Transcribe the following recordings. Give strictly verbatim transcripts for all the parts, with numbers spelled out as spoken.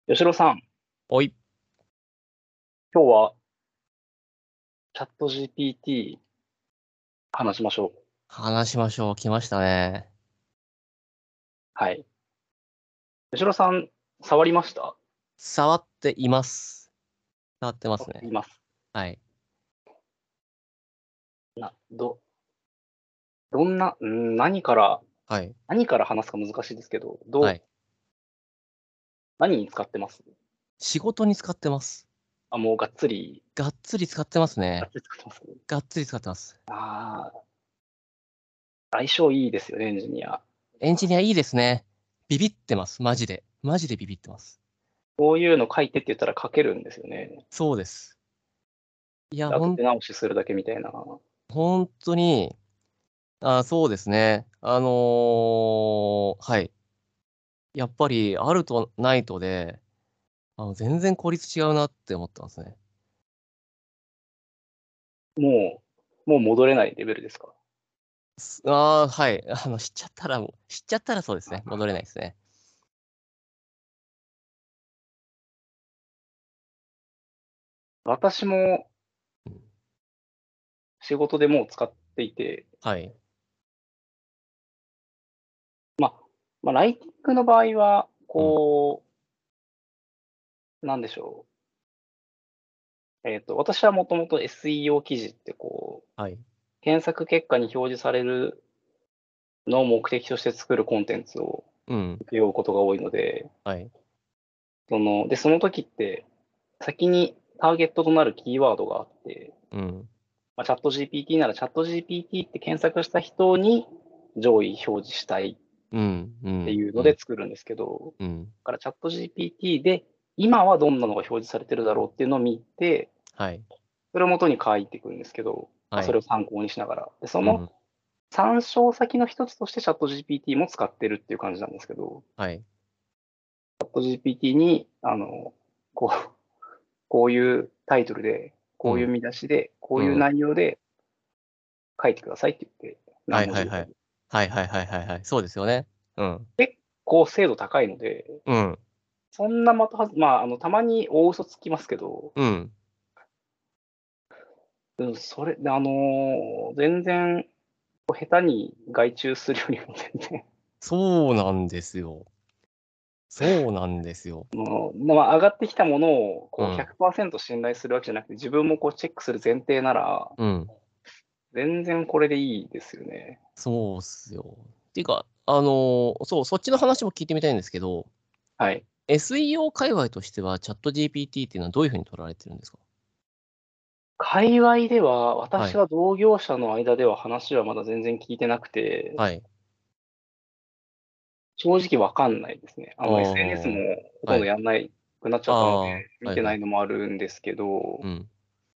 吉野さん、 おい、 今日はチャット ジーピーティー 話しましょう。 話しましょう。来ましたね。 はい。吉野さん、触りました？ 触っています。触ってますね。 触っています。 はい。 な、ど、どんな、んー何から、 はい。 何から話すか難しいですけど、どう、 はい。 何に使ってます？ 仕事に使ってます。 あ、もうがっつり、 がっつり使ってますね。 がっつり使ってます。 がっつり使ってます。 ああ、相性いいですよね、エンジニア。 エンジニアいいですね。ビビってます。マジで。マジでビビってます。 こういうの書いてって言ったら書けるんですよね。 そうです。いや、 あとほん、 手直しするだけみたいな。 本当に、あ、そうですね。あのーはい。やっぱり、あるとないとで、あの、全然効率違うなって思ったんですね。 もう、もう戻れないレベルですか？ すああ、はい。あの、知っちゃったら、知っちゃったらそうですね。戻れないですね。 私もうん仕事でもう使っていて、 はい。 まあ、まあ、ライティングの場合は、 うん。 こう、なんでしょう。えっと、私はもともと エスイーオー 記事ってこう、 はい。 検索結果に表示されるのを目的として作るコンテンツをうん。 請け負うことが多いので、 はい。 その、で、その時って、先にターゲットとなるキーワードがあって、 うん。 まあ、チャット ジーピーティー ならチャット ジーピーティー って検索した人に上位表示したいうん。うってん。 いうのでうん。 作るんですけど、 うん。 だからチャット ジーピーティー で今はどんなのが表示されてるだろうっていうのを見て、 はい。 それを元に書いていくんですけど、まあ、 はい。 それを参考にしながら。で、そのうん。 参照先の一つとしてチャット ジーピーティー も使ってるっていう感じなんですけど、 はい。 チャット ジーピーティー に、あの、こう、こういうタイトルで、こういううん。 見出しで、こういううん。 内容で書いてくださいって言って、 はいはいはい。 何文字で。 はいはいはいはいはい。そうですよね。うん。 結構精度高いので、 うん。 そんなまたはず、まあ、あの、たまに大嘘つきますけど、 うん。 うん、それ、あのー全然、下手に外注するよりも全然、 そうなんですよ。そうなんですよ。 もう、まあ、上がってきたものをこううん。 ひゃくパーセント信頼するわけじゃなくて、自分もこうチェックする前提なら、 うん。 全然これでいいですよね。 そうっすよ。っていうか、あのーそう、そっちの話も聞いてみたいんですけど、 はい。 エスイーオー 界隈としては、チャット ジーピーティー っていうのはどういうふうに取られてるんですか？ 界隈では、 はい。 私は同業者の間では話はまだ全然聞いてなくて、 はい。 正直わかんないですね。ああの、エスエヌエス もあ。 ほとんどはい。 やんないくなっちゃったので、 ああ。 見はいはい。 てないのもあるんですけど、 うん。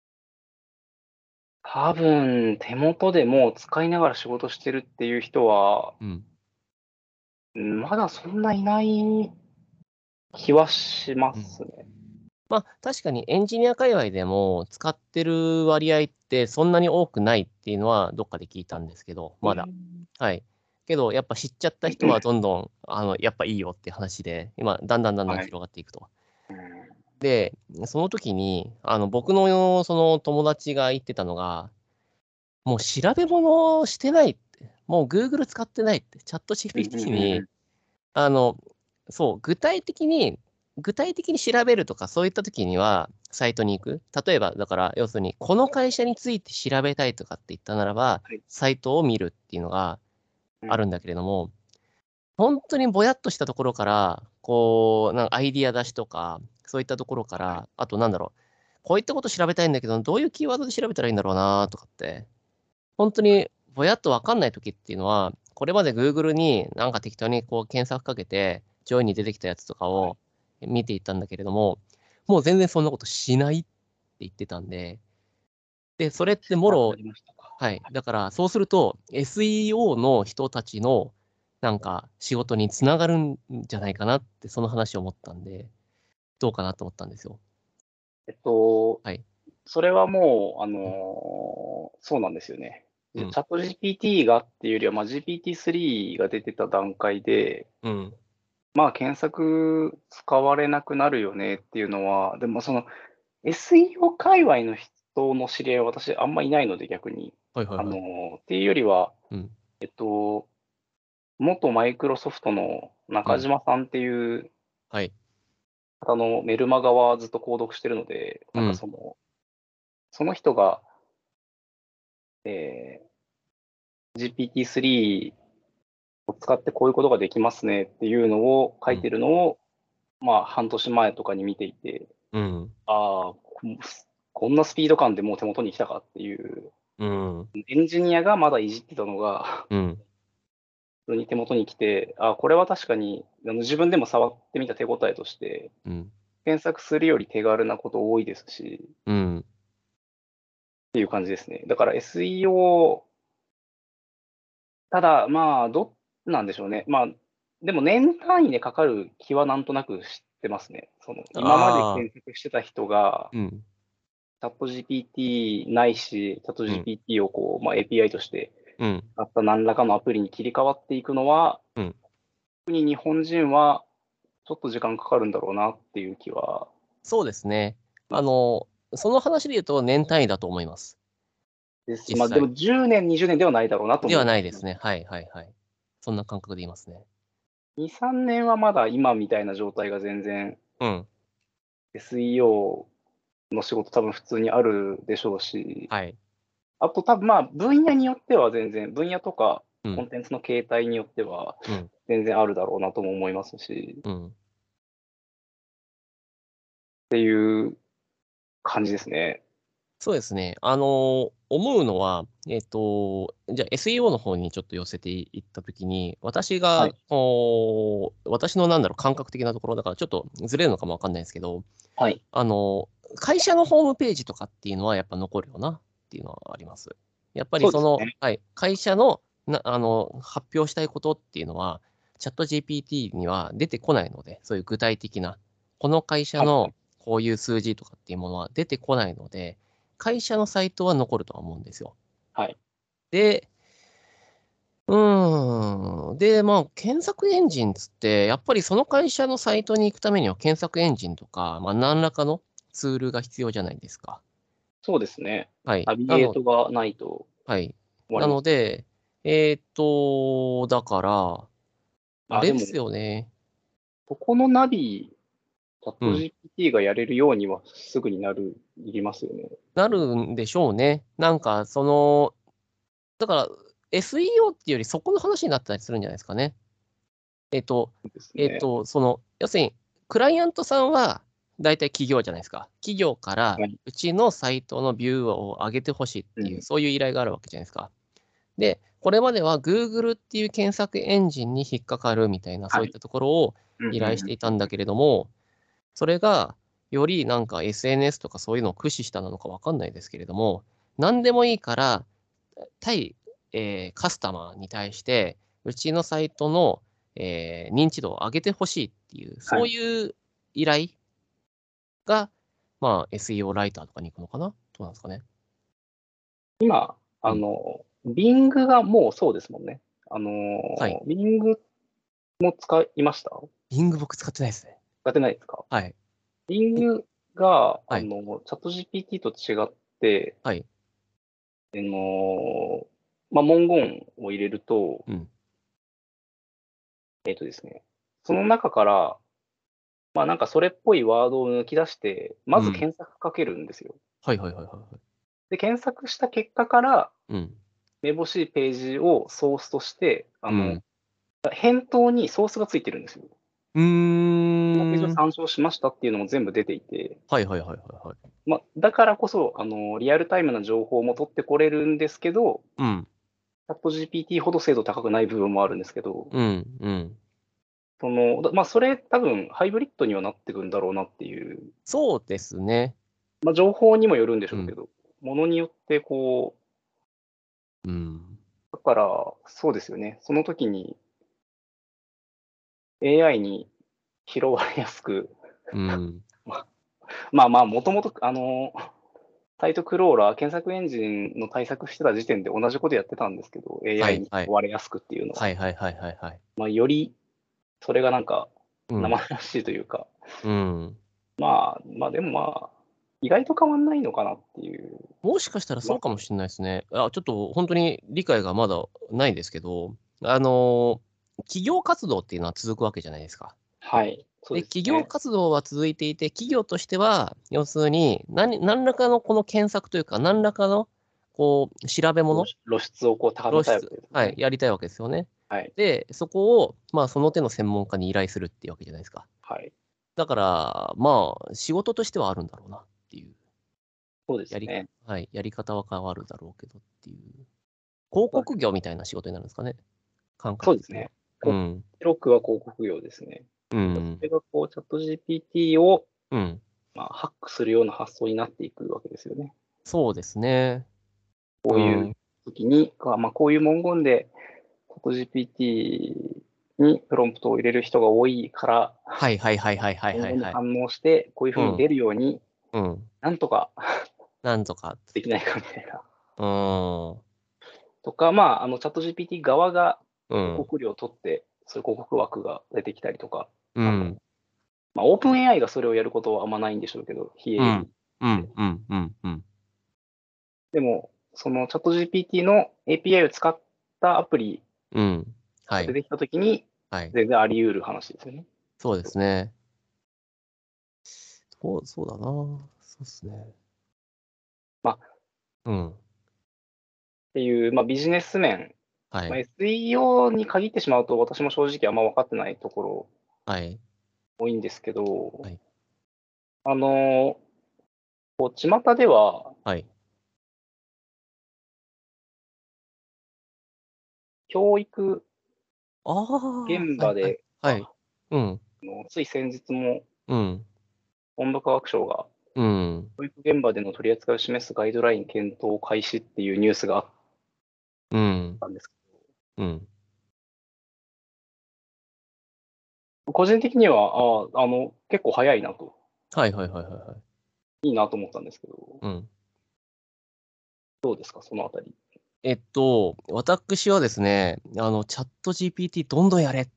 多分、手元でもう使いながら仕事してるっていう人は、 うん。 うんまだそんないない気はしまうん。 すね。 まあ、確かにエンジニア界隈でも使ってる割合ってそんなに多くないっていうのはどっかで聞いたんですけど、 うまだ。 ん。 はい。けど、やっぱ知っちゃった人はどんどん、あの、やっぱいいよって話で、今、だんだんだんだんはい。 広がっていくと。 うんで、その時に、あの、僕のその友達が言ってたのが、もう調べ物をしてないって、もう Google 使ってないって、チャットうんうんジーピーティー に、 うんうんあの、そう、具体的に具体的に調べるとか、そういった時には、サイトに行く。例えば、だから、要するに、この会社について調べたいとかって言ったならば、 はい。 サイトを見るっていうのがうん。 あるんだけれども、本当にぼやっとしたところから、こう、なんかアイディア出しとか、そういったところかはい。 ら、あとなんだろう、こういったこと調べたいんだけど、どういうキーワードで調べたらいいんだろうなとかって、本当にぼやっとわかんない時っていうのは、これまで Google になんか適当にこう検索かけて、上位に出てきたやつとかはい。 を見ていったんだけれども、もう全然そんなことしないって言ってたんで、で、それってもろなくなりましたか。 はい。だからそうすると、エスイーオー の人たちのなんか仕事に繋がるんじゃないかなって、その話を思ったんで、どうかなと思ったんですよ。 えっと、 はい。 それはもう、あのうん。 ーそうなんですよね。チうん。 ャット ジーピーティー がっていうよりは、まあ、ジーピーティースリー が出てた段階で、 うん。 まあ、検索使われなくなるよねっていうのは、でもその エスイーオー 界隈の人の知り合いは私あんまいないので逆に。あはいはいはい。 の、っていうよりは、 うん。 えっと、元マイクロソフトの中うん。 島さんっていうはい。 方のメルマガはずっと購読してるので、なんかうん。 その、その人が、えー ジーピーティースリー を使ってこういうことができますねっていうのを書いてうん。 るのを、まあ、半年前とかに見ていて、 うん。 ああ、ここんなスピード感でもう手元に来たかっていう、 うん。 エンジニアがまだいじってたのが、 うん。 普通に手元に来て、ああ、これは確かに、あの自分でも触ってみた手応えとして、 うん。 検索するより手軽なこと多いですし、っうん。 ていう感じですね。だから エスイーオー、ただ、まあ、どうなんでしょうね。まあ、でも年単位でかかる気はなんとなく知ってますね。その、今までああ。 検索してた人が、 うん。 チャット ジーピーティー ないし、チャットうん。 ジーピーティー をこう、まあ、エーピーアイ としてうん。 あった何らかのアプリに切り替わっていくのは、 うん。 特に日本人はちょっと時間かかるんだろうなっていう気はそうですね。 します。 あの、その話で言うと年単位だと思います。 ですし、 実際。 まあでもじゅうねん、にじゅうねんではないだろうなとでは思います。 ないですね。はいはいはい。そんな感覚で言いますね。 に、さんねんはまだ今みたいな状態が全然うん。 エスイーオー の仕事多分普通にあるでしょうし、 はい。 あと多分まあ分野によっては全然、分野とかうん。 コンテンツの形態によってはうん。 全然あるだろうなとも思いますし、っうん。 ていう感じですね。 そうですね。あの、思うのは、えっと、じゃあ エスイーオー の方にちょっと寄せていったときに、私が、 はい。 こう、私のなんだろう、感覚的なところだからちょっとずれるのかもわかんないですけど、 はい。 あの、会社のホームページとかっていうのはやっぱ残るよなっていうのはあります。やっぱりその、 そうですね。 はい、会社の、なあの、発表したいことっていうのは、チャット ジーピーティー には出てこないので、そういう具体的な、この会社はい。 のこういう数字とかっていうものは出てこないので、会社のサイトは残るとは思うんですよ。 はい。 で、うーん。で、まあ、検索エンジンつって、やっぱりその会社のサイトに行くためには検索エンジンとか、まあ、何らかのツールが必要じゃないですか。 そうですね。 はい。 ナビなのゲートがないとはい。な終わりますね。 ので、えーっと、だから、ああ、でも、 れですよね。 ここのナビ、チャットうん。 ジーピーティー がやれるようにはすぐになる、いりますよね。 なるんでしょうね。なんか、その、だから、エスイーオー っていうよりそこの話になったりするんじゃないですかね。えっと、 そうですね。 えっと、その、要するに、クライアントさんは大体企業じゃないですか。企業から、 はい。 うちのサイトのビューを上げてほしいっていう、 うん。 そういう依頼があるわけじゃないですか。で、これまでは Google っていう検索エンジンに引っかかるみたいな、そはい。 ういったところをうんうん依頼していたんだうんけれども、それがよりなんか エスエヌエス とかそういうのを駆使したなのかわかんないですけれども、何でもいいから、対、えーカスタマーに対して、うちのサイトの、えー認知度を上げてほしいっていう、 はい。 そういう依頼が、まあ、エスイーオー ライターとかに行くのかな？どうなんですかね。 今、 うん。 あの、Bing がもうそうですもんね。あの、 はい。 Bing も使いました？ Bing 僕使ってないですね。 使ってないですか？ はい。い Bing が、 はい。 あの、チャット ジーピーティー と違って、 はい。 あの、まあ、文言を入れると、 うん。 えっとですね、その中から、まあ、なんかそれっぽいワードを抜き出して、まずうん。 検索かけるんですよ。 はいはいはいはいはい。 で、検索した結果から、 うん。 めぼしいページをソースとして、あの、 うん。 返答にソースがついてるんですよ。 うーこのページをん。 参照しましたっていうのも全部出ていて、 はいはいはいはいはい。 ま、だからこそ、あの、リアルタイムな情報も取ってこれるんですけど、 うん。 チャット ジーピーティー ほど精度高くない部分もあるんですけど、 うん、うん。 その、だまあ、それ多分ハイブリッドにはなってくんだろうなっていう、 そうですね。 まあ、情報にもよるんでしうん。 ょうけど、ものによってこう、 うん。 だから、そうですよね。その時に エーアイ に拾われやすく、 うん。 ままあまあ、もともと、あの、サイトクローラー、検索エンジンの対策してた時点で同じことやってたんですけど、 はエーアイ にいはい。 拾われやすくっていうのは。 はいはいはいはいはい。 まあ、より、それがなんか、 うん。 生々しいというか、 うん。 まあ、まあでもまあ、意外と変わんないのかなっていう。 もしかしたらまあ、 そうかもしんないすね。あ、ちょっとほんとに理解がまだないですけど、あの、企業活動っていうのは続くわけじゃないですか。 はい、そうで、 ですね。 企業活動は続いていて、企業としては、要するに、なに何らかのこの検索というか、何らかのこう調べ物露出露出をこう高めたいわ露出はい、 けですね。 やりたいわけですよね。 はい。 で、そこを、まあ、その手の専門家に依頼するっていうわけじゃないすか。 はい。 だから、まあ、仕事としてはあるんだろうなっていう。 そうでやりすね。 はい、やり方は変わるだろうけどっていう。広まあ、 告業みたいな仕事になるんすかね？感覚的には。 そうですね。こうん。 広くは広告業ですね。 うだ、そん。 れがこうチャット ジーピーティー を、 うん。 まあ、ハックするような発想になっていくわけですよね。 そうですね。 こういううん。 時に、かま、こういう文言で、チャット ジーピーティー にプロンプトを入れる人が多いから、 はいはいはいはいはいはいはい。 文言に反応して、こういううん。 風に出るように、 うん。 なんとかなんとかできないかみたいな。 うーん。 とか、まあ、あの、チャット ジーピーティー 側が広うん。 告料を取って、そういう広告枠が出てきたりとか、あの、 うん。 ま、オープン エーアイ がそれをやることはあんまないんでしょうけど、非営利うん。うで。 んうんうんうん。 でも、そのチャット ジーピーティー の エーピーアイ を使ったアプリうん。はい。 が出てきた時に、 はい。 全然あり得る話ですよね。 そうできっと。 すね。そうそうだな。そうっすね。 まうん。 ていう、ま、ビジネス面、ま、 はい。 エスイーオー に限ってしまうと、私も正直あんま分かってないところはい。 多いんですけど、 はい。 あの、こう巷でははい。 教育ああ、はいはい。 現場で、あ、 はい。うん。 あの、つい先日もうん。 文部科学省が、 うん。 教育現場での取り扱いを示すガイドライン検討開始っていうニュースがあっうん。 たんですけうん。 ど、個人的には、ああ、あの、結構早いなと。 はいはいはいはいはい。 いいなと思ったんですけど、 うん。 どうですか、そのあたり。 えっと、私はですね、あの、チャット ジーピーティー どんどんやれって、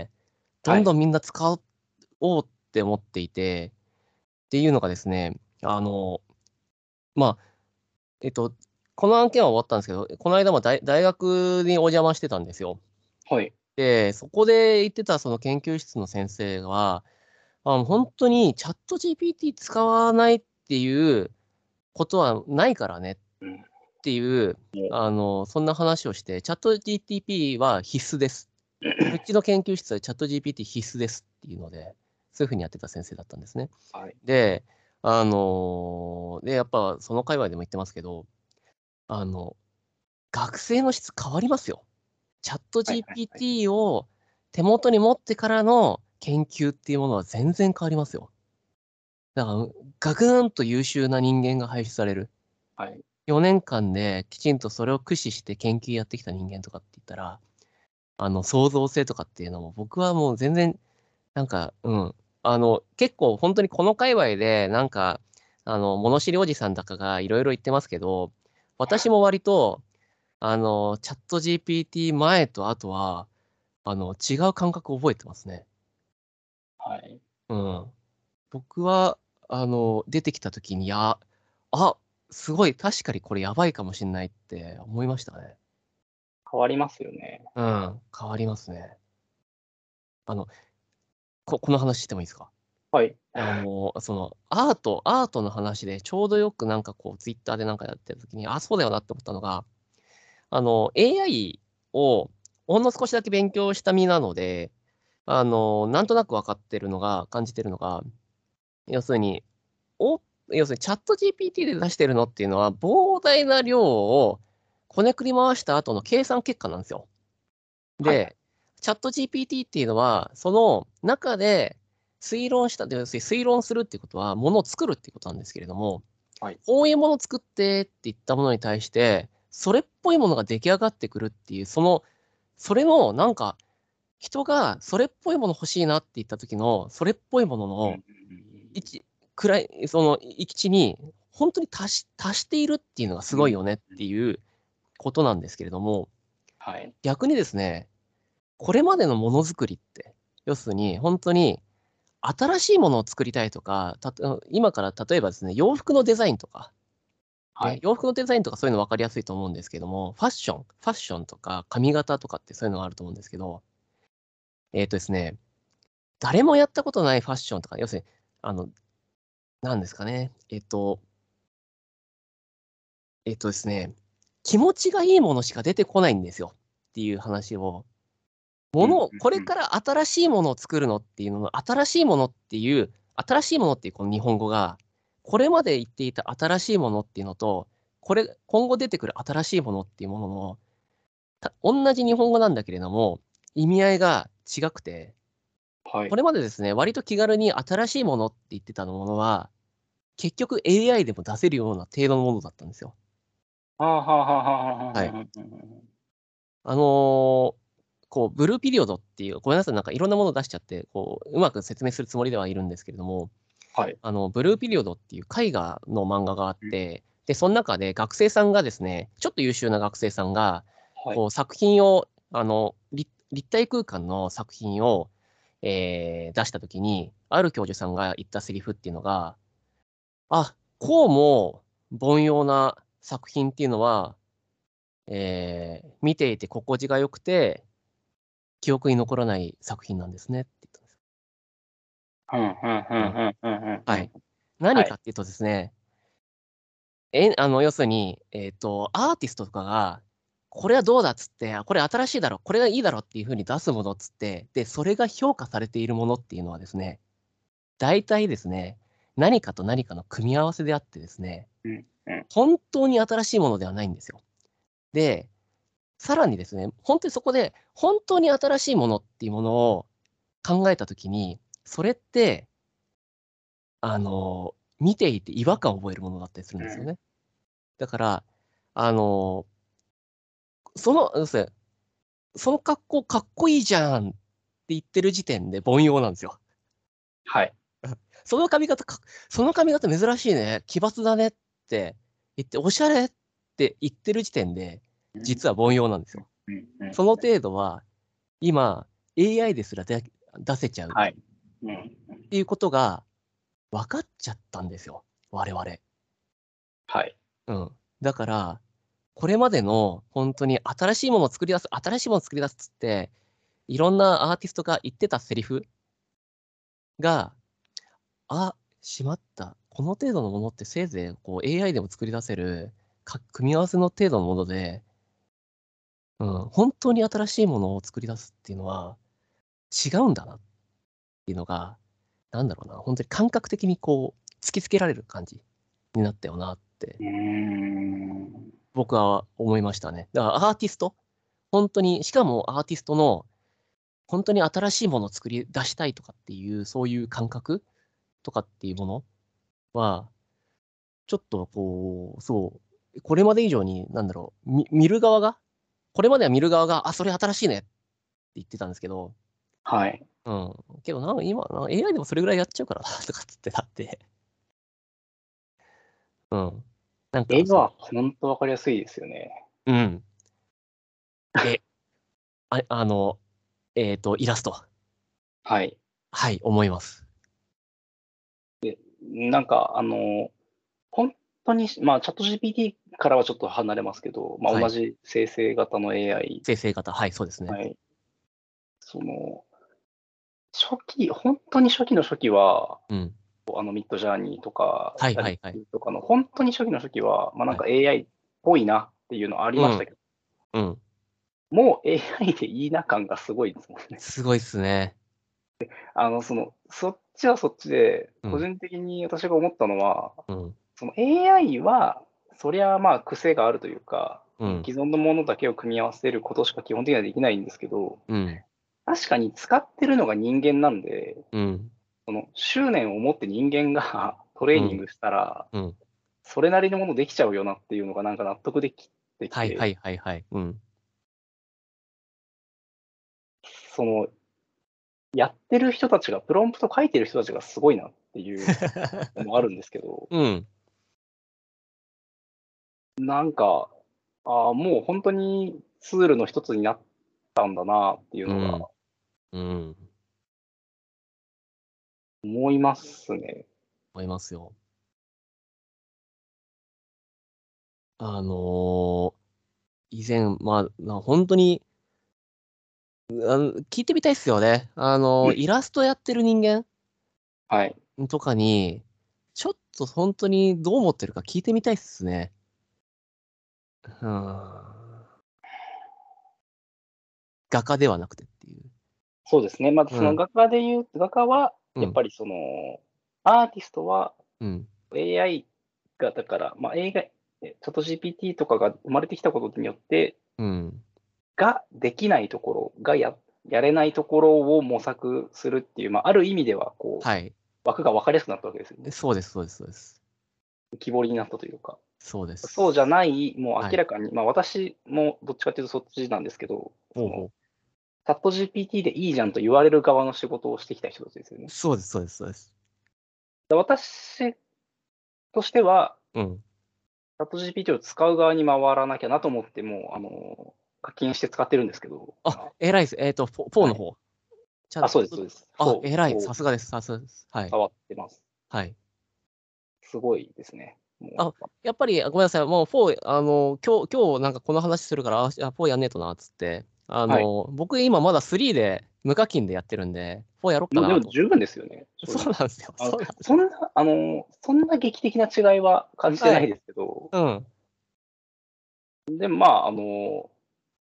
どはい。 んどんみんな使おうって思っていて、っていうのがですね、あの、まあ、えっと、この案件は終わったんですけど、この間もだい大学にお邪魔してたんですよ。 はい。 で、そこで言ってたその研究室の先生は、あの、ほんとにチャット ジーピーティー 使わないっていうことはないからねっうん。 ていう、 もうあの、そんな話をして、チャット ジーティーピー は必須です。うちの研究室はチャット ジーピーティー 必須ですっていうので、そういう風にやってた先生だったんですね。 はい。 で、あの、で、やっぱその界隈でも言ってますけど、あの、学生の質変わりますよ。チャットはいはいはい。 ジーピーティー を手元に持ってからの研究っていうものは全然変わりますよ。だから、うガクンと優秀な人間が輩出される。 はい。 よねんかんできちんとそれを駆使して研究やってきた人間とかって言ったら、あの、創造性とかっていうのも、僕はもう全然、なんか、うん、あの、結構ほんとにこの界隈で、なんか、あの、物知りおじさんだかが色々言ってますけど、私も割と、あの、チャット ジーピーティー 前と後は、あの、違う感覚覚えてますね。 はい。 うん。僕は、あの、出てきた時に、やあ、すごい、確かにこれやばいかもしんないって思いましたね。 変わりますよね。 うん、変わりますね。あの、ここの話してもいいすか？ はい。 あの、その、アートアートの話でちょうどよくなんかこうツイッターでなんかやってる時に、あ、そうだよなって思ったのが、あの、エーアイ をほんの少しだけ勉強した身なので、あの、なんとなく分かってるのが感じてるのが、要するに、お要するにチャット ジーピーティー で出してるのっていうのは、膨大な量をこねくり回した後の計算結果なんすよ。 はいはい。 で、チャット ジーピーティー っていうのは、その中で推論したで、要するに推論するっていうことは、ものを作るっていうことなんですけれども、 はい。 こういうもの作ってって言ったものに対して、それっぽいものが出来上がってくるっていう、その、それのなんか、人がそれっぽいもの欲しいなって言った時の、それっぽいものうんうんの、 うんうん。 いちくらいその域値に、ほんとに達し達しているっていうのがすうん、 ごいよねっうん。 ていうことなんですけれども、 はい。 逆にですね、これまでのものづくりって要するに、本当に新しいものを作りたいとか、たと今から例えばですね、洋服のデザインとか、ね、 はい。 洋服のデザインとかそういうの分かりやすいと思うんですけども、ファッションファッションとか髪型とかってそういうのがあると思うんですけど、えっとですね、誰もやったことないファッションとか、要するに、あの、なんですかね、えっとえっとですね、気持ちがいいものしか出てこないんですよっていう話を、もうんのをこれうんうん。 から新しいものを作るのっていうのの、新しいものっていう新しいものっていうこの日本語が、これまで言っていた新しいものっていうのと、これ今後出てくる新しいものっていうものの、た同じ日本語なんだけれども、意味合いが違くて、 はい。 これまでですね、割と気軽に新しいものって言ってたものは、結局 エーアイ でも出せるような程度のものだったんですよ。 はあはあはあはあはあはあはい。 はあはあはあ。 あの、こうブルーピリオドっていう、ごめんなさい、なんかいろんなものを出しちゃって、こう、うまく説明するつもりではいるんですけれども、 はい。 あの、ブルーピリオドっていう絵画の漫画があっうん。 て、で、その中で学生さんがですね、ちょっと優秀な学生さんが、 はい。 こう作品を、あの、り立体空間の作品を、えー出した時に、ある教授さんが言ったセリフっていうのが、あ、こうも凡庸な作品っていうのは、えー見ていて心地が良くて、記憶に残らない作品なんですねって言ったんです。 ふんふんふうん。 んふんふんふんふはい。 ん。はい。 何かっていうとですね、えあの、要するに、えっと、アーティストとかが、これはどうだっつって、あ、これ新しいだろ、これがいいだろっていう風に出すものっつって、で、それが評価されているものっていうのはですね、大体ですね、何かと何かの組み合わせであってですね、 うん、うん。 本当に新しいものではないんですよ。で、さらにですね、ほんとにそこで、本当に新しいものっていうものを考えた時に、それってあの、見ていて違和感を覚えるものだったりするんうん。 ですよね。だから、あの、その、要するにその格好かっこいいじゃんって言ってる時点で凡庸なんですよ。 はい。 その髪型かその髪型珍しいね、奇抜だねって言って、おしゃれって言ってる時点で、 うん、 実は凡庸なんですうん、 よ。 うん、うん。 その程度は、今、エーアイ ですらで出せちゃうっはい。うん、うん。 ていうことが分かっちゃったんですよ、我々。 はい。 うん。だから、これまでのほんとに新しいものを作り出す新しいものを作り出すっつって、いろんなアーティストが言ってたセリフが、あ、しまった。この程度のものってせいぜいこう エーアイ でも作り出せる、か組み合わせの程度のもので、うん、本当に新しいものを作り出すっていうのは違うんだなっていうのが、なんだろうな、ほんとに感覚的にこう突きつけられる感じになったよなってうーん。 僕は思いましたね。だからアーティスト、ほんとに、しかもアーティストのほんとに新しいものを作り出したいとかっていう、そういう感覚とかっていうものは、ちょっとこう、そう、これまで以上になんだろう、み見る側が、これまでは見る側が、あ、それ新しいねって言ってたんですけど、 はい。 うん、けどなんか今、な エーアイ でもそれぐらいやっちゃうからなとかっつってなって、うん。なんかそう、 絵はほんと分かりやすいですよね。 うん。え、ああの、えっと、イラスト、 はい。 はい、思います。 なんかあの、ほんとに、まあ、ChatGPT からはちょっと離れますけど、ま、 はい。 同じ生成型の エーアイ、 生成型、はい、そうですね。 はい。その、初期ほんとに初期の初期は、 うん。 あの、Midjourney とか、 はいダリはいはい。 とかのほんとに初期の初期は、ま、なんかはい。 エーアイ っぽいなっていうのはありうん、 ましたけど、 うん。 もう エーアイ でいいな感がすごいですもんね。 すごいっすね。 あの、その、そっちはそっちで、 うん、 個人的に私が思ったのは、 うん、 その エーアイ は、そりゃ、まあ、癖があるというか、 うん、 その既存のものだけを組み合わせることしか基本的にはできないんですけど、 うん、 確かに使ってるのが人間なんで、 うん、 その執念を持って人間がトレうん、 ーニングしたら、 うん。 それなりのものできちゃうよなっていうのがなんか納得できてきて、 はいはいはいはい。うん。 その、やってる人たちが、プロンプト書いてる人たちがすごいなっていうのもあるんですけど、 うん、 なんか、ああ、もうほんとにツールの一つになったんだなっていうのが、 うん、うん。 思いますね。 思いますよ。あの、以前、まあ、なほんとにあの、聞いてみたいっすよね。あの、イラストやってる人間はい。 んとかに、ちょっとほんとにどう思ってるか聞いてみたいっすね。ふーん。画家ではなくてっていう。 そうですね。まずそのうん。 画家で言う画家は、 うん。 やっぱりその、アーティストは、 うん。 エーアイ がだから、ま、映画え、ChatGPT とかが生まれてきたことによってうん。 が、できないところが、ややれないところを模索するっていう、ま、ある意味ではこう、 はい。 枠が分かりやすくなったわけですよえ、 ね。 そうですそうですそうです。 浮き彫りになったというか。 そうでそうじゃす。 ない、もうはい。 明らかに、ま、私もどっちかっていうとそっちなんですけど、その、 ほうほう。 ChatGPT でいいじゃんと言われる側の仕事をしてきた人たちですよね。 そうですそうですそうです。 だ、私としては、 うん。 ChatGPT を使う側に回らなきゃなと思って、もう、あの、課金して使ってるんですけど、 あ、 今。 偉いす。えっと、フォフォーはい。 の方。ちゃあ、 んそうですそうです。 あ、 フォー偉い、 をさすがです。さすがです。はい。 触ってます。 はい。 すごいですね。もうやっあ、 ぱ。 やっぱり、あ、ごめんなさい、もうフォー、あの、今日今日なんかこの話するから、あ、じゃあフォーやんねえとなっつって、あはい。 の、僕今まだスリーで無課金でやってるんで、フォーやろっかもうでなと。 も十分ですよね、正直。 そうなんすよ。 あの、 そうなんそんな、あの、そんな劇的な違いは感じてはい。 ないですけど。 うん。 で、まあ、あの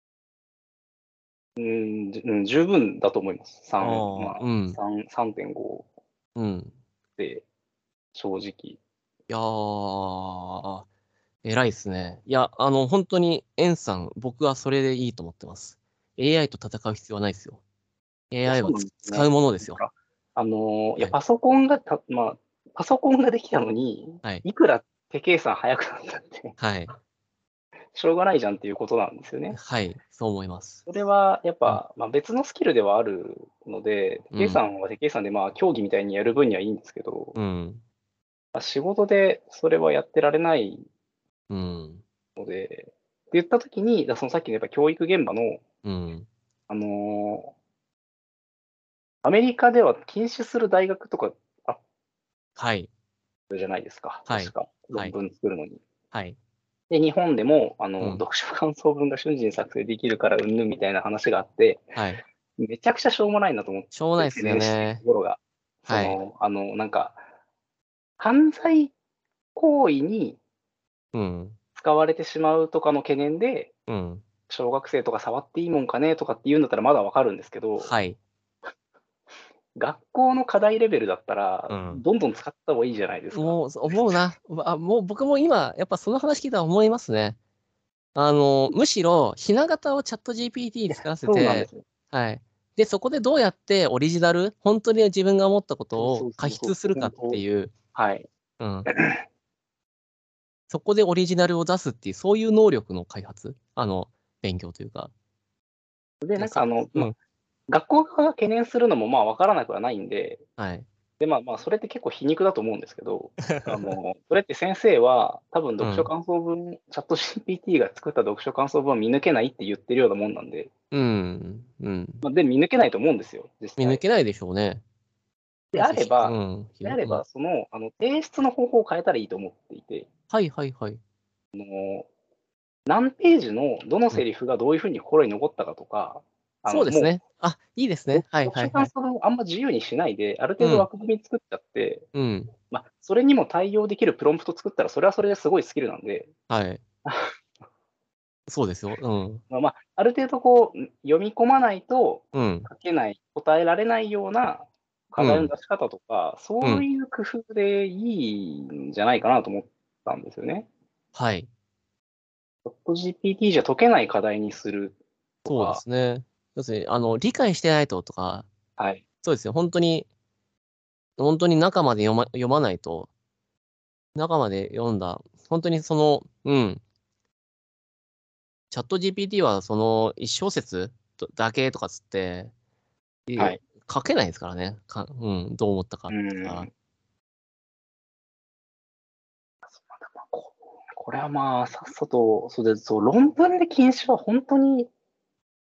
うーん、じうん、十分だと思います。さん、まああ、 あ、 うん。 さんさんてんごうん。 で、正直。 いや、偉いっすね。いや、あの、ほんとにエンさん、僕はそれでいいと思ってます。AI と戦う必要はないっすよ。 いや、 AI そうはつ使うなんですね。 ものですよ。 だから、あの、いや、 はい。 パソコンがたまあ、パソコンができたのに、 はい。 いくら手計算早くなったってはい。 しょうがないじゃんっていうことなんですよね。 はい、そう思います。 それはやっうん。 ぱ、ま、別のスキルではあるので、手計うん。 算は手計算で、まあ、競技みたいにやる分にはいいんですけどうん。 ま、仕事でそれはやってられないうん。 ので、って言った時に、だ、そのさっきのやっぱ教育現場のうん。 あのアメリカでは禁止する大学とかあはい。 るじゃないですか、 はい。 確か、 はい。 論文作るのに。 はい。 で、日本でも、あの、 うん。 読書感想文が瞬時に作成できるからうんぬんみたいな話があって、 はい。 めちゃくちゃしょうもないなと思っしょうもないて、 っすよ懸念しているとね。 ころが、そはい。 の、あの、なんか犯罪行為にうん。 使われてしまうとかの懸念で、 うん。 小学生とか触っていいもんかねとかって言うんだったらまだ分かるんですけどはい。 学校の課題レベルだったら、 うん。 どんどん使った方がいいじゃないですか。 もう、そ思うな。わあ、もう僕も今、やっぱその話聞いたら思いますね。あの、むしろ、ひな型を ChatGPT にいや、 使わせてそうなんですよ。 はい。で、そこでどうやってオリジナル、ほんとに自分が思ったことをそうそう書そうそう、 出するかっほんとていうはい。 うん。そこでオリジナルを出すっていう、そういう能力の開発、あの、勉強というか。 で、 いや、そなんかあの、ま、 うん。 学校側が懸念するのも、まあ、分からなくはないんで、 はい。 で、まあまあ、それって結構皮肉だと思うんですけど、あの、それって先生は、多分うん。 読書感想文、ChatGPT が作った読書感想文を見抜けないって言ってるようなもんなんで。 うーん、うん。 ま、で、見抜けないと思うんですよ、実際。 見抜けないでしょうね。 であれうばん、ひどうん。 であれば、その、あの、提出の方法を変えたらいいと思っていて。 はいはいはい。 あの、何ページのどのうん。 セリフがどういう風に心に残ったかとか、あの、もうそうですね。あ、いいですね。 どはい読書感はいはい。 想文をあんま自由にしないで、ある程度うん。 枠組み作っちゃって、 うん。 ま、それにも対応できるプロンプト作ったら、それはそれですごいスキルなんで。 はい。そうですよ。うん。 まま、ある程度こう、ん、読み込まないとうん。 書けない、答えられないような課題のうん。 出し方とか、 うん。 そういう工夫でいいんじゃないかなと思ったんですよね。 はい。 ChatGPT じゃ解けない課題にするとそうでか。 すね。要するに、あの、理解してないととか、 はい。 そうですよ、ほんとにほんとに中まで読ま読まないと中まで読んだ、ほんとにそのうん。ChatGPT はそのいっしょうせつとだけとかつって、いえはい。 書けないですからね。かうん、どう思ったかうとか。 ーん。また、ま、ここれはまあ、さっさと、それで、そう、論文で禁止はほんとに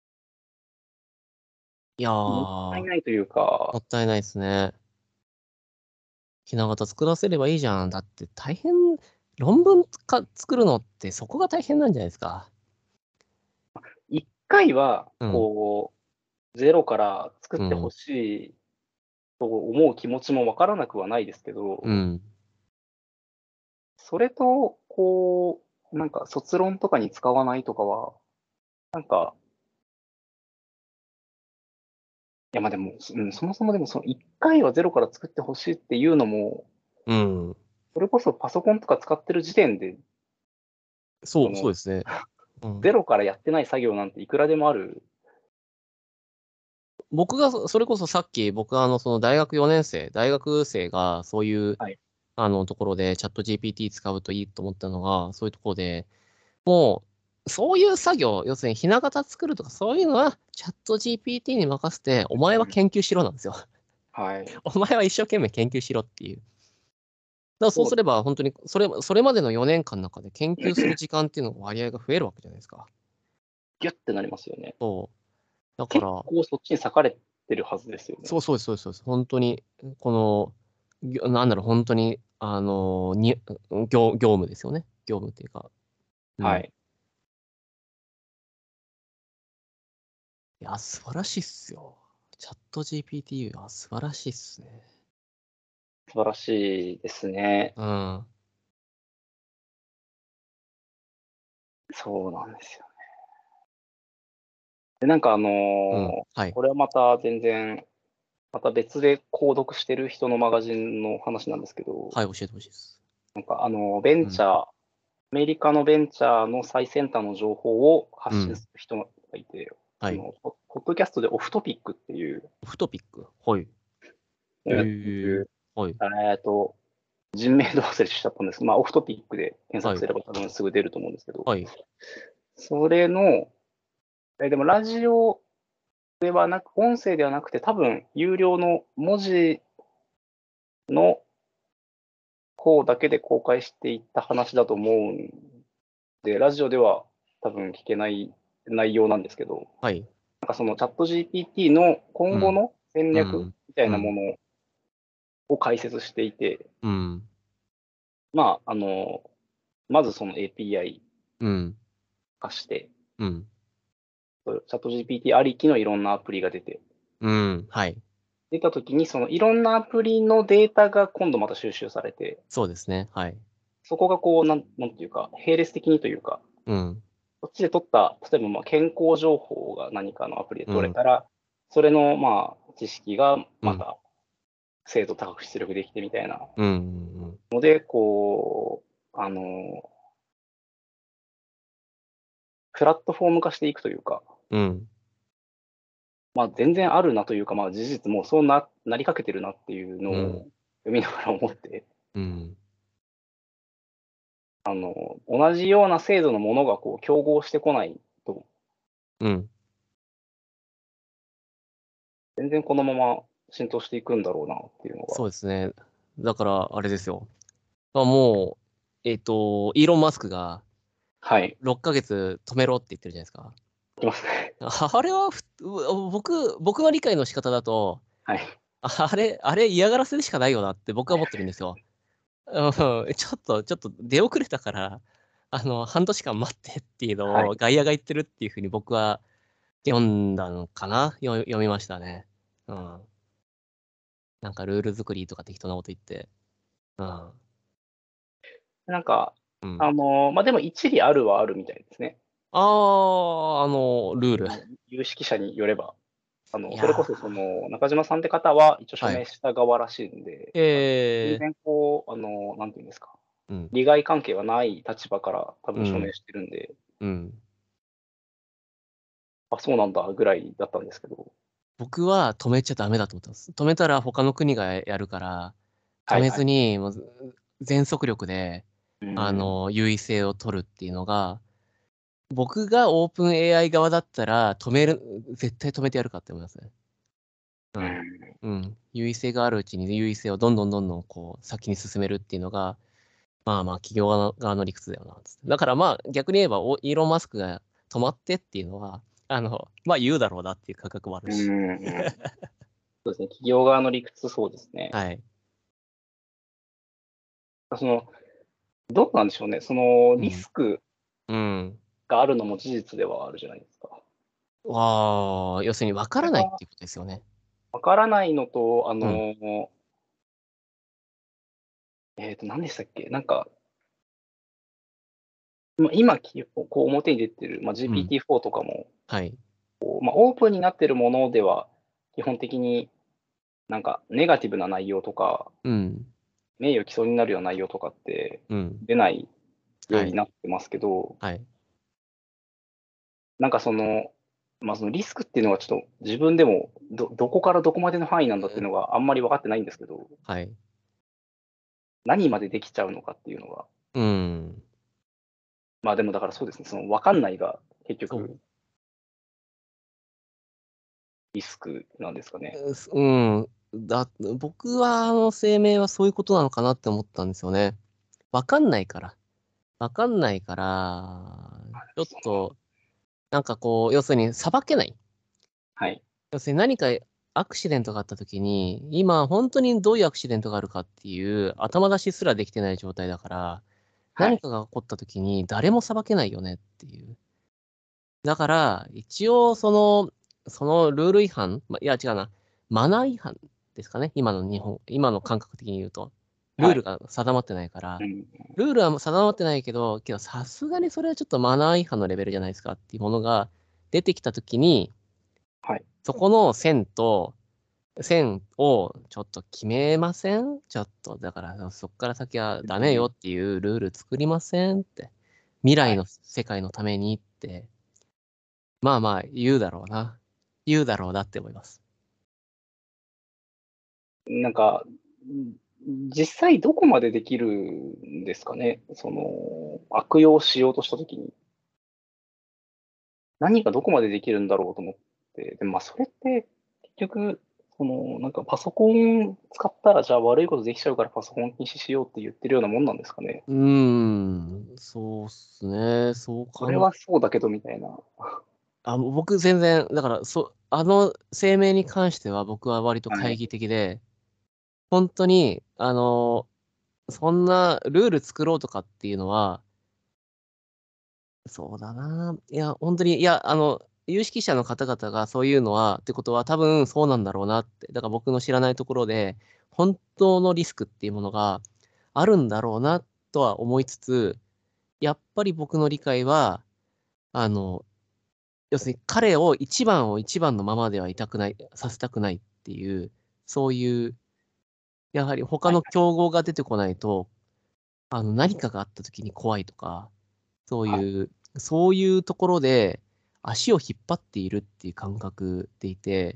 いや、 もったいないというか。 もったいないすね。 ひな形作らせればいいじゃん。だって大変、論文か作るのってそこが大変なんじゃないですか。 一回は、 うん。 こう、ゼロから作ってほうん。 しいと思う気持ちもわからなくはないですけど、 うん。 それと、こう、なんか卒論とかに使わないとかは、なんか、いやまあでも、うん、そもそもでもその一回はゼロから作ってほしいっていうのも、 うん。 それこそパソコンとか使ってる時点で、 そう、 そのそうですね。うん。 ゼロからやってない作業なんていくらでもある。 僕が、そそれこそさっき、僕はあの、その大学よねん生、大学生がそういう、 はい。 あの、ところでチャット ジーピーティー 使うといいと思ったのが、そういうところで、もう、そういう作業、要するにひな形作るとかそういうのは、チャット ジーピーティー に任せて、お前は研究しろなんですよ。 はい。 お前は一生懸命研究しろっていう。だからそうそうすれば、本当に、それ、それまでのよねんかんの中で研究する時間っていうのの割合が増えるわけじゃないですか。 ギュッてなりますよね。 そう。だか結ら、 構そっちに割かれてるはずですよね。 そうそうです、そうです、そうです。本当に、この、ぎょなんだろう、本当に、あの、に、業、業務ですよね。業務っていうか。うん。 はい。 いや、素晴らしいっすよ。チャット ジーピーティー は素晴らしいっすね。 素晴らしいですね。 うん。 そうなんですよ。で、なんかあのうん。 ーはい。 これはまた全然、また別で購読してる人のマガジンの話なんですけど、 はい、教えてほしいです。 なんかあの、ベうん。 ンチャー、アメリカのベンチャーの最先端の情報をうん。 発信する人がいて、 はい。 あの、ポポッドキャストでオフトピックっていう、 オフトピック。はい。 をえやってー。 る、 はい。 えっと、人名ど忘れしちゃったんですけど、まあ、オフトピックで検はい。 索すれば多分すぐ出ると思うんですけど、 はい。 それの、えでもラジオではなく、音声ではなくて、多分有料の文字の方だけで公開していった話だと思うんで、ラジオでは多分聞けない内容なんですけど、 はい。 なんかそのチャット ジーピーティー のうん。 今後の戦略うん。 みたいうん。 なものを解説していて、 うん。 まあ、あの、まずその エーピーアイうん。 化して、 うん。 チャット ジーピーティー ありきのいろんなアプリが出て、 うん。はい。 出たときに、そのいろんなアプリのデータが今度また収集されて、 そうですね。はい。 そこがこう、なん、なんていうか、並列的にというか、 うん。 こっちで取った、例えばまあ健康情報が何かのアプリでうん。 取れたら、それのまあ知識がうん。 また精度高く出力できてみたいなうん。 ので、こう、あの、プラットフォーム化していくというか、 うん。 まあ全然あるなというか、まあ事実もうそうな、なりかけてるなっていうのうん。 を読みながら思って、 うん。 あの、同じような精度のものがこう競合してこないと、 うん。 全然このまま浸透していくんだろうなっていうのが。 そうですね。だから、あれですよ。まあ、もう、えっと、イーロン・マスクがはい。 ろっかげつ止めろって言ってるじゃないですか。 いきますね。 あれはふ、僕、僕の理解の仕方だと、 はい。 あれ、あれ嫌がらせでしかないよなって僕は思ってるんですよ。うん、ちょっと、ちょっと出遅れたから、あの、半年間待ってっていうのはい。 を外野が言ってるっていうふうに僕は読んだのかなよ読みましたね。うん。なんかルール作りとか適当なこと言って。うん。 なんか、 うん。 あの、まあ、でも一理あるはあるみたいですね。 ああ、あの、ルール。 あの有識者によれば。あの、それこいやそその、中島さんって方は一応ー、はい。 署名した側らしいんで、あの、全え然こう、あの、なんていうんですか、 ー、うん、 利害関係がない立場から多うん、 分署名してるんで、 うん。 あ、そうなんだぐらいだったんですけど。 僕は止めちゃダメだと思ったんです。止めたら他の国がやるから、止めはいはい。 ずに、もう全速力で、 うん。 あの、優位性を取るっていうのが、僕がオープン エーアイ 側だったら、止める、絶対止めてやるかって思いますね。ううん。 ん。 うん。優位性があるうちに優位性をどんどんどんどんこう先に進めるっていうのが、まあまあ企業側の側の理屈だよなつって。だからまあ逆に言えばおイーロン・マスクが止まってっていうのは、あの、まあ言うだろうなっていう価格もあるうし。 ん。そうですね。企業側の理屈そうですね。 はい。 その、どうなんでしょうね。その、リうん。 スクうん。 があるのも事実ではあるじゃないですか。 ああ、要するに分からないっそれがていうことですよね。 わからないのと、あうん。 の、えっと、何でしたっけ、なんか、ま、今きこう表に出てる、ま、 うん。 ジーピーティーフォー とかも、 はい。 こう、ま、オープンになってるものでは、基本的になんかネガティブな内容とか、 うん。 名誉毀損になるような内容とかってうん。 出ないようはい。 になってますけど、 はい。 なんかその、ま、そのリスクっていうのはちょっと自分でも、どどこからどこまでの範囲なんだっていうのがあんまり分かってないんですけど、 はい。 何までできちゃうのかっていうのが、 うん。 まあ、でもだからそうですね、その分かんないが結局そう。 リスクなんですかね。 うすうん。だ僕はあの声明はそういうことなのかなって思ったんですよね。分かんないから。分かんないから、ちょっそのと、なんかこう、要するに裁けない。 はい。 要するに何かアクシデントがあった時に、今ほんとにどういうアクシデントがあるかっていう頭出しすらできてない状態だから、 はい。 何かが起こった時に誰も裁けないよねっていう。だから、一応そのそのルール違反、ま、いや違うな、マナー違反ですかね、今の日本今の感覚的に言うと。ルーはい。 ルが定まってないから、 うん。 ルールは定まってないけど、けどさすがにそれはちょっとマナー違反のレベルじゃないすかっていうものが出てきた時に、 はい。 そこの線と線をちょっと決めません？ちょっと、だから、そっから先はダメようん。 っていうルール作りませんって。未はい。 来の世界のためにって、まあまあ言うだろうな。言うだろうなって思います。 なんか、ん、実際どこまでできるんですかね？その、悪用しようとした時に。何がどこまでできるんだろうと思って、でも、ま、それって結局、その、なんかパソコン使ったら、じゃあ悪いことできちゃうからパソコン禁止しようって言ってるようなもんなんですかね？ うーん、そうっすね。そうかな。 それはそうだけどみたいな。 あ、もう僕全然、だから、そあの声明に関しては僕は割とはい。 懐疑的で、ほんとに、あの、そんなルール作ろうとかっていうのは、そうだな。いや、ほんとに、いや、あの、有識者の方々がそういうのはってことは多分そうなんだろうなって。だから僕の知らないところで、本当のリスクっていうものがあるんだろうなとは思いつつ、やっぱり僕の理解は、あの、要するに彼を一番を一番のままではいたくないさせたくないっていう、そういう、やはり他はい。 の競合が出てこないと、あの、何かがあった時に怖いとか、そうはい。 いうそういうところで足を引っ張っているっていう感覚でいて、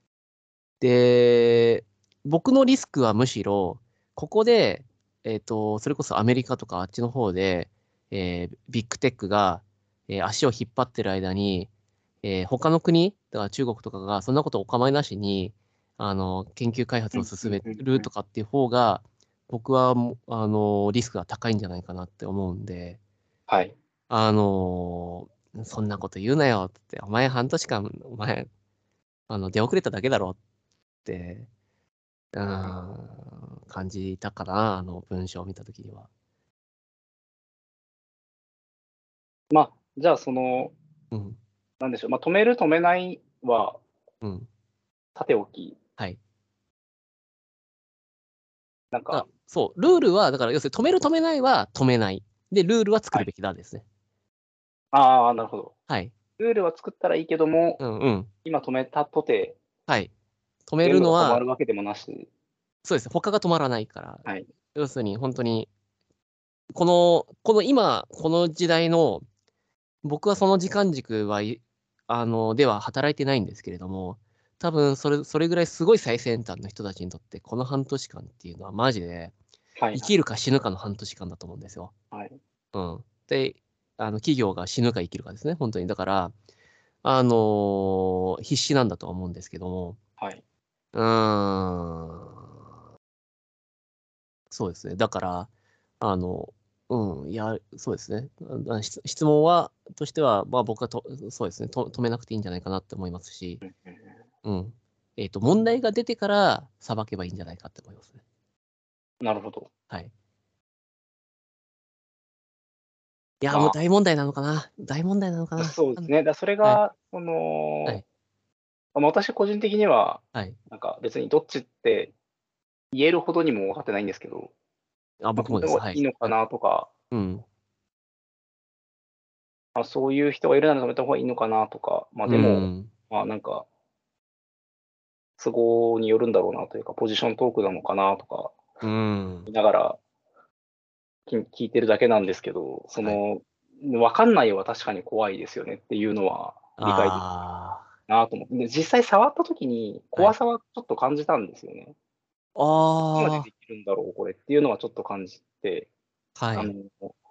で、僕のリスクはむしろ、ここで、えっと、それこそアメリカとかあっちの方で、ええ、ビッグテックが、え、足を引っ張ってる間に、ええ、他の国、だから中国とかがそんなことお構いなしに、あの、研究開発をうん、うん進めうんうん。 るとかっていう方が、僕はもう、あの、リスクが高いんじゃないかなって思うんで、 はい。 あの、そんなこと言うなよっつって、お前半年間、お前、あの、出遅れただけだろって、うーん、感じたかな、あの文章を見た時には。 ま、じゃあ、その、 うん、 なんでしょう、ま、止める止めないはうん、 さておき、 はい。あ、 なんか、 そう、ルールはだから要するに止める止めないは止めない。で、ルールは作はい。 るべきだですね。 ああ、なるほど。 はい。 ルールは作ったらいいけども、 うんうん。 今止めたとて、 はい。止め全部が止まるのは、 るわけでもなし。 そうです、他が止まらないから。 はい。 要するにほんとに、このこの今、この時代の僕はその時間軸は、いあの、では働いてないんですけれども、多分それそれぐらいすごい最先端の人たちにとって、この半年間っていうのはマジで、 はいはい。 生きるか死ぬかの半年間だと思うんですよ。 はい。 うん。で、あの、企業が死ぬか生きるかですね、ほんとに。だから、あの、必死なんだとは思うんですけども、 はい。 うーん、そうですね。だから、あの、うん、いや、そうですね。ああ、しつ質問はとしては、まあ、僕はとそうですね、と止めなくていいんじゃないかなって思いますし、 うんうんうん。 うん。えっと、問題が出てから裁けばいいんじゃないかって思いますね。 なるほど。 はい。 いや、もうま大問題なのかな大問題なのかあ、 なわかんない。 そうですね。だ、それはい。 が、その、 はい。 ま、私個人的には、 はい。 なんか別にどっちって言えるほどにも分かってないんですけど、 あ、 ま、 僕もです。 止めた方がはい。 いいのかはい。 なとか、 うん。 ま、そういう人がいるなら止めた方がいいのかなとか、ま、 うでも、 ん。 まあ、なんか都合によるんだろうなというか、ポジショントークなのかなとかうん。 見ながら、きん聞いてるだけなんですけど、そはい。 の、分かんないは確かに怖いですよねっていうのは理解できああ。 なと思って。で、実際触った時にはい。 怖さはちょっと感じたんですよね。どこまでああ。 できるんだろう、これっていうのはちょっと感じて、あの、 はい。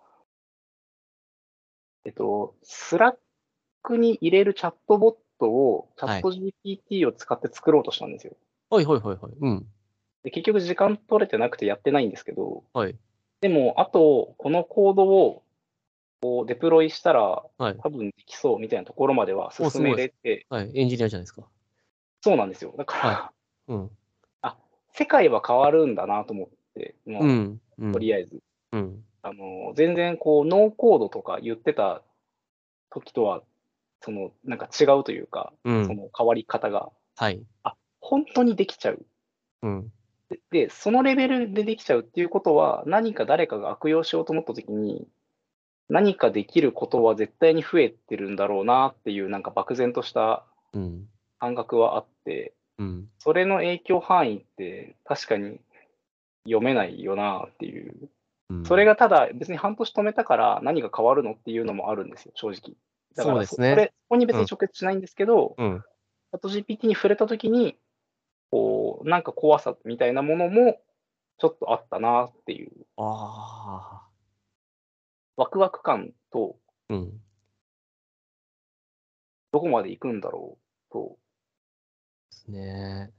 えっと、スラックに入れるチャットボットを、チャッはい。 ト ジーピーティー を使って作ろうとしたんですよ。 はいはいはいはい。うん。 で、結局時間取れてなくてやってないんですけど、 はい。 でも、あと、このコードをこうデプロイしたら、 はい。 多分できそうみたいなところまではお、 進めすごいす。 れて、 はい。エンジニアじゃないですか。 そうなんですよ。だかはい。 ら、 うん。 あ、世界は変わるんだなと思って、もうん。うう、とん。 りあえず。 うん。 あの、全然こうノーコードとか言ってた時とは、その、なんか違うというか、 うん。 その変わり方が、 はい。 あ、ほんとにできちゃう。 うん。 でで、そのレベルでできちゃうっていうことは、何か誰かが悪用しようと思った時に、何かできることは絶対に増えてるんだろうなっていう、なんか漠然としたうん。 感覚はあって、 うん。 それの影響範囲って確かに読めないよなっていう。 うん。 それがただ別に半年止めたから何が変わるのっていうのもあるんですよ、正直。だからそそうですね。 それそこに別にうん。 直結しないんですけど、 うん。 チャット ジーピーティー に触れた時に、こう、なんか怖さみたいなものもちょっとあったなっていう、 ああ。 ワクワク感とうん。 どこまで行くんだろうと、 すね。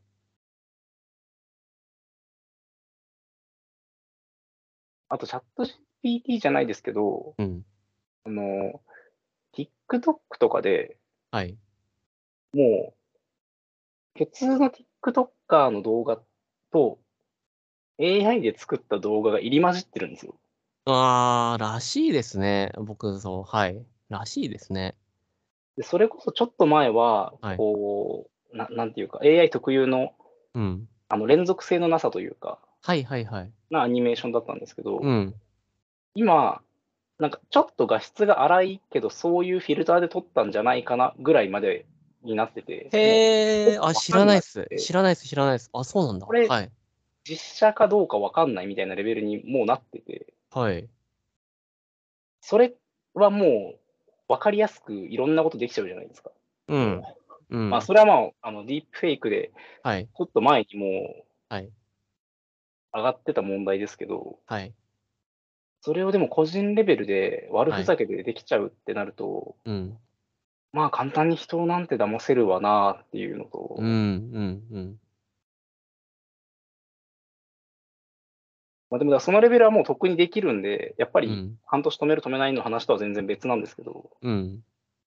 あとチャット ジーピーティー じゃないですけど、 うん。 あの、TikTok とかで、 はい。 もう普通の TikToker の動画と エーアイ で作った動画が入り混じってるんですよ。 ああ、らしいですね。僕、そう、はい。らしいですね。 で、それこそちょっと前は、 はい。 こう、ななんていうか、エーアイ 特有の、 うん。 あの、連続性のなさというか、 はいはいはい。 なアニメーションだったんですけど、 うん。 今、なんかちょっと画質が荒いけど、そういうフィルターで撮ったんじゃないかなぐらいまでになってて、もう、ちょへえ、あ、 っとわ知かんなくらないっす。 て、 知らないっす知らないっす。あ、そうなんだ。 これ、 はい。 実写かどうかわかんないみたいなレベルにもうなってて、 はい。 それはもう分かりやすくいろんなことできちゃうじゃないですか。もうん。 う。まあ、 うん。 それはまあ、あの、ディープフェイクで、 はい。 ちょっと前にもはい。 う上がってた問題ですけど、 はい。 それをでも個人レベルで悪はい。 ふざけでできちゃうってなると、 うん。 まあ、簡単に人なんて騙せるわなっていうのうん、 と、 うん、うん。 まあ、でもだそのレベルはもうとっくにできるんで、やっぱりうん。 半年止める止めないの話とは全然別なんですけど、 うん。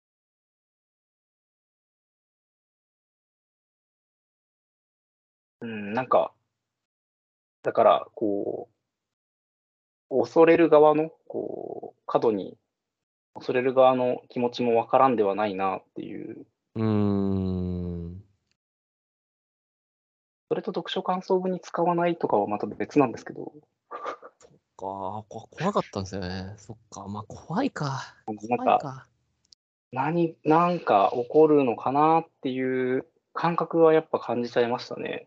うん、なんか、だから、こう、恐れる側の、こう、過度に恐れる側の気持ちもわからんではないなっていう、 うーん。 それと読書感想文に使わないとかはまた別なんですけど、 か、こ怖かったんですよね。そっか、ま、怖いか。 なんか、 怖いか。 何なんか起こるのかなっていう感覚はやっぱ感じちゃいましたね。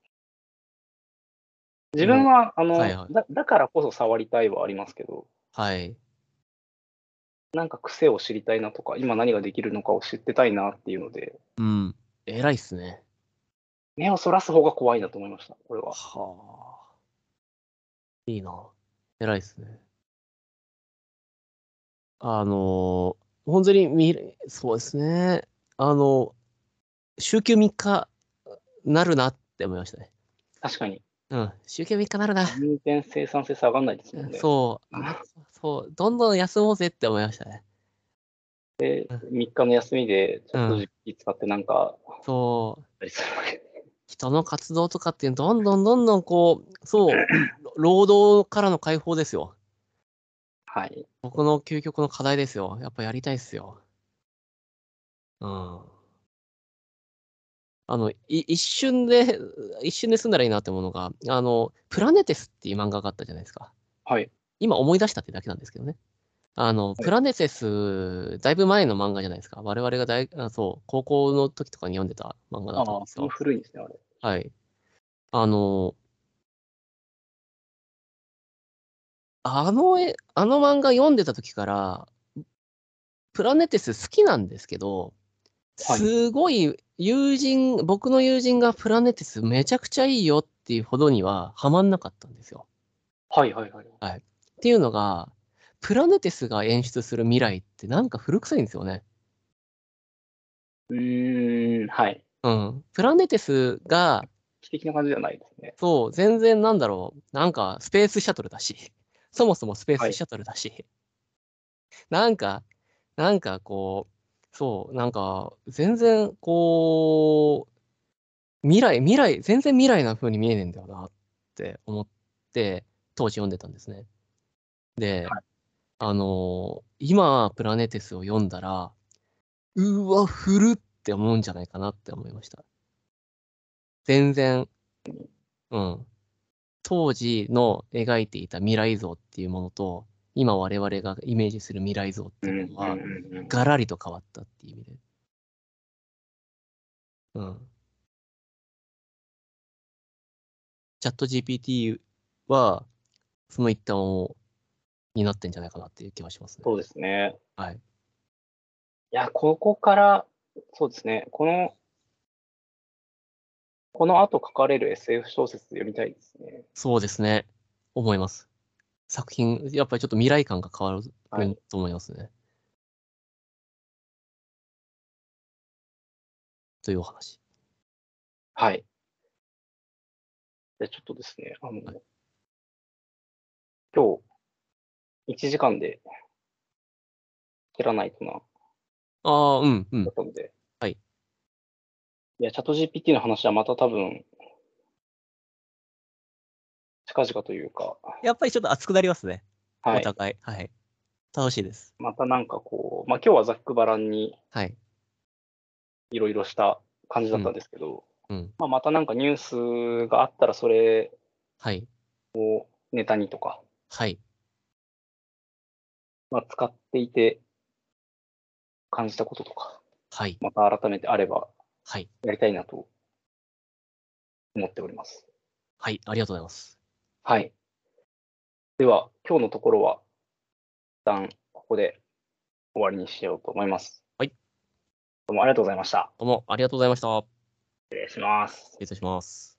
自分もうはあの、 はいはい。 だだからこそ触りたいはありますけど、 はい。 なんか癖を知りたいなとか、今何ができるのかを知ってたいなっていうので、 うん。偉いっすね。 目をそらす方が怖いなと思いました、これは。 はあ。いいな。偉いっすね。あの、ほんとにみそうですね。あの、週休みっかなるなって思いましたね。 確かに、 うん、週休みっかなるな。 全然生産性下がんないですもうん、 んね。 そう、あ、そう、どんどん休もうぜって思いましたね。うん、 みっかの休みでチャットうん、 ジーピーティー 使ってなんか、 そう、 たりするわけ。 人の活動とかってどんどんどんどんこう、そう、労働からの解放ですよ。 はい。 僕の究極の課題ですよ。やっぱやりたいっすよ。うん。あの、い一瞬で、一瞬で済んだらいいなって思うのが、あの、プラネテスっていう漫画があったじゃないですか。 はい。 今思い出したってだけなんですけどね。あの、 はい。 プラネテス、だいぶ前の漫画じゃないですか。我々が大、あ、そう、高校の時とかに読んでた漫画だああ、そのと思うんですよ。 古いんですね、あれ。 はい。あの、あの絵、あの漫画読んでた時から、プラネテス好きなんですけど、 はい。 すごい友人、僕の友人がプラネテスめちゃくちゃいいよっていうほどにはハマんなかったんですよ。 はいはいはい。 はい。っていうのが、プラネテスが演出する未来ってなんか古臭いんですよね。 うーん、はい。 うん。プラネテスが、 奇跡的な感じじゃないですね。 そう、全然なんだろう。なんかスペースシャトルだし、そもそもスペーはい。 スシャトルだし、なんか、なんかこう、そう、なんか全然こう、未来、未来、全然未来な風に見えねえんだよなって思って、当時読んでたんですね。で、 はい。 あのー今、プラネテスを読んだら、うわ、古って思うんじゃないかなって思いました。全然、うん。当時の描いていた未来像っていうものと、今我々がイメージする未来像っうん、うん、 ていうものは、 うん、うん。 ガラリと変わったっていう意味で。うん。チャット ジーピーティー は、その一端を担ってんじゃないかなっていう気はしますね。 そうですね。 はい。 いや、ここから、そうですね。この、この後書かれる エスエフ 小説読みたいですね。 そうですね。思います。作品、やっぱりちょっと未来感が変わはい。 ると思いますね。というお話。 はい。じゃあちょっとですね、あの、 はい、 今日いちじかんで切らないとな、 ああ、うん、うん。 だったので、 はい。 いや、チャット ジーピーティー の話はまた多分、近々というか、 やっぱりちょっと熱くなりますね。 はい。 お互い。はい。楽しいです。 またなんかこう、まあ今日はざっくばらんにはい。 いろいろした感じだったんうん、 ですけど、 うん。 まあまたなんかニュースがあったらそれはい。 をネタにとか、 はい。 まあ使っていて感じたこととか、 はい。 また改めてあればはい。 やりたいなと思っております。 はい。ありがとうございます。 はい。では、今日のところは一旦ここで終わりにしようと思います。 はい。 どうもありがとうございました。 どうもありがとうございました。 失礼します。 失礼いたします。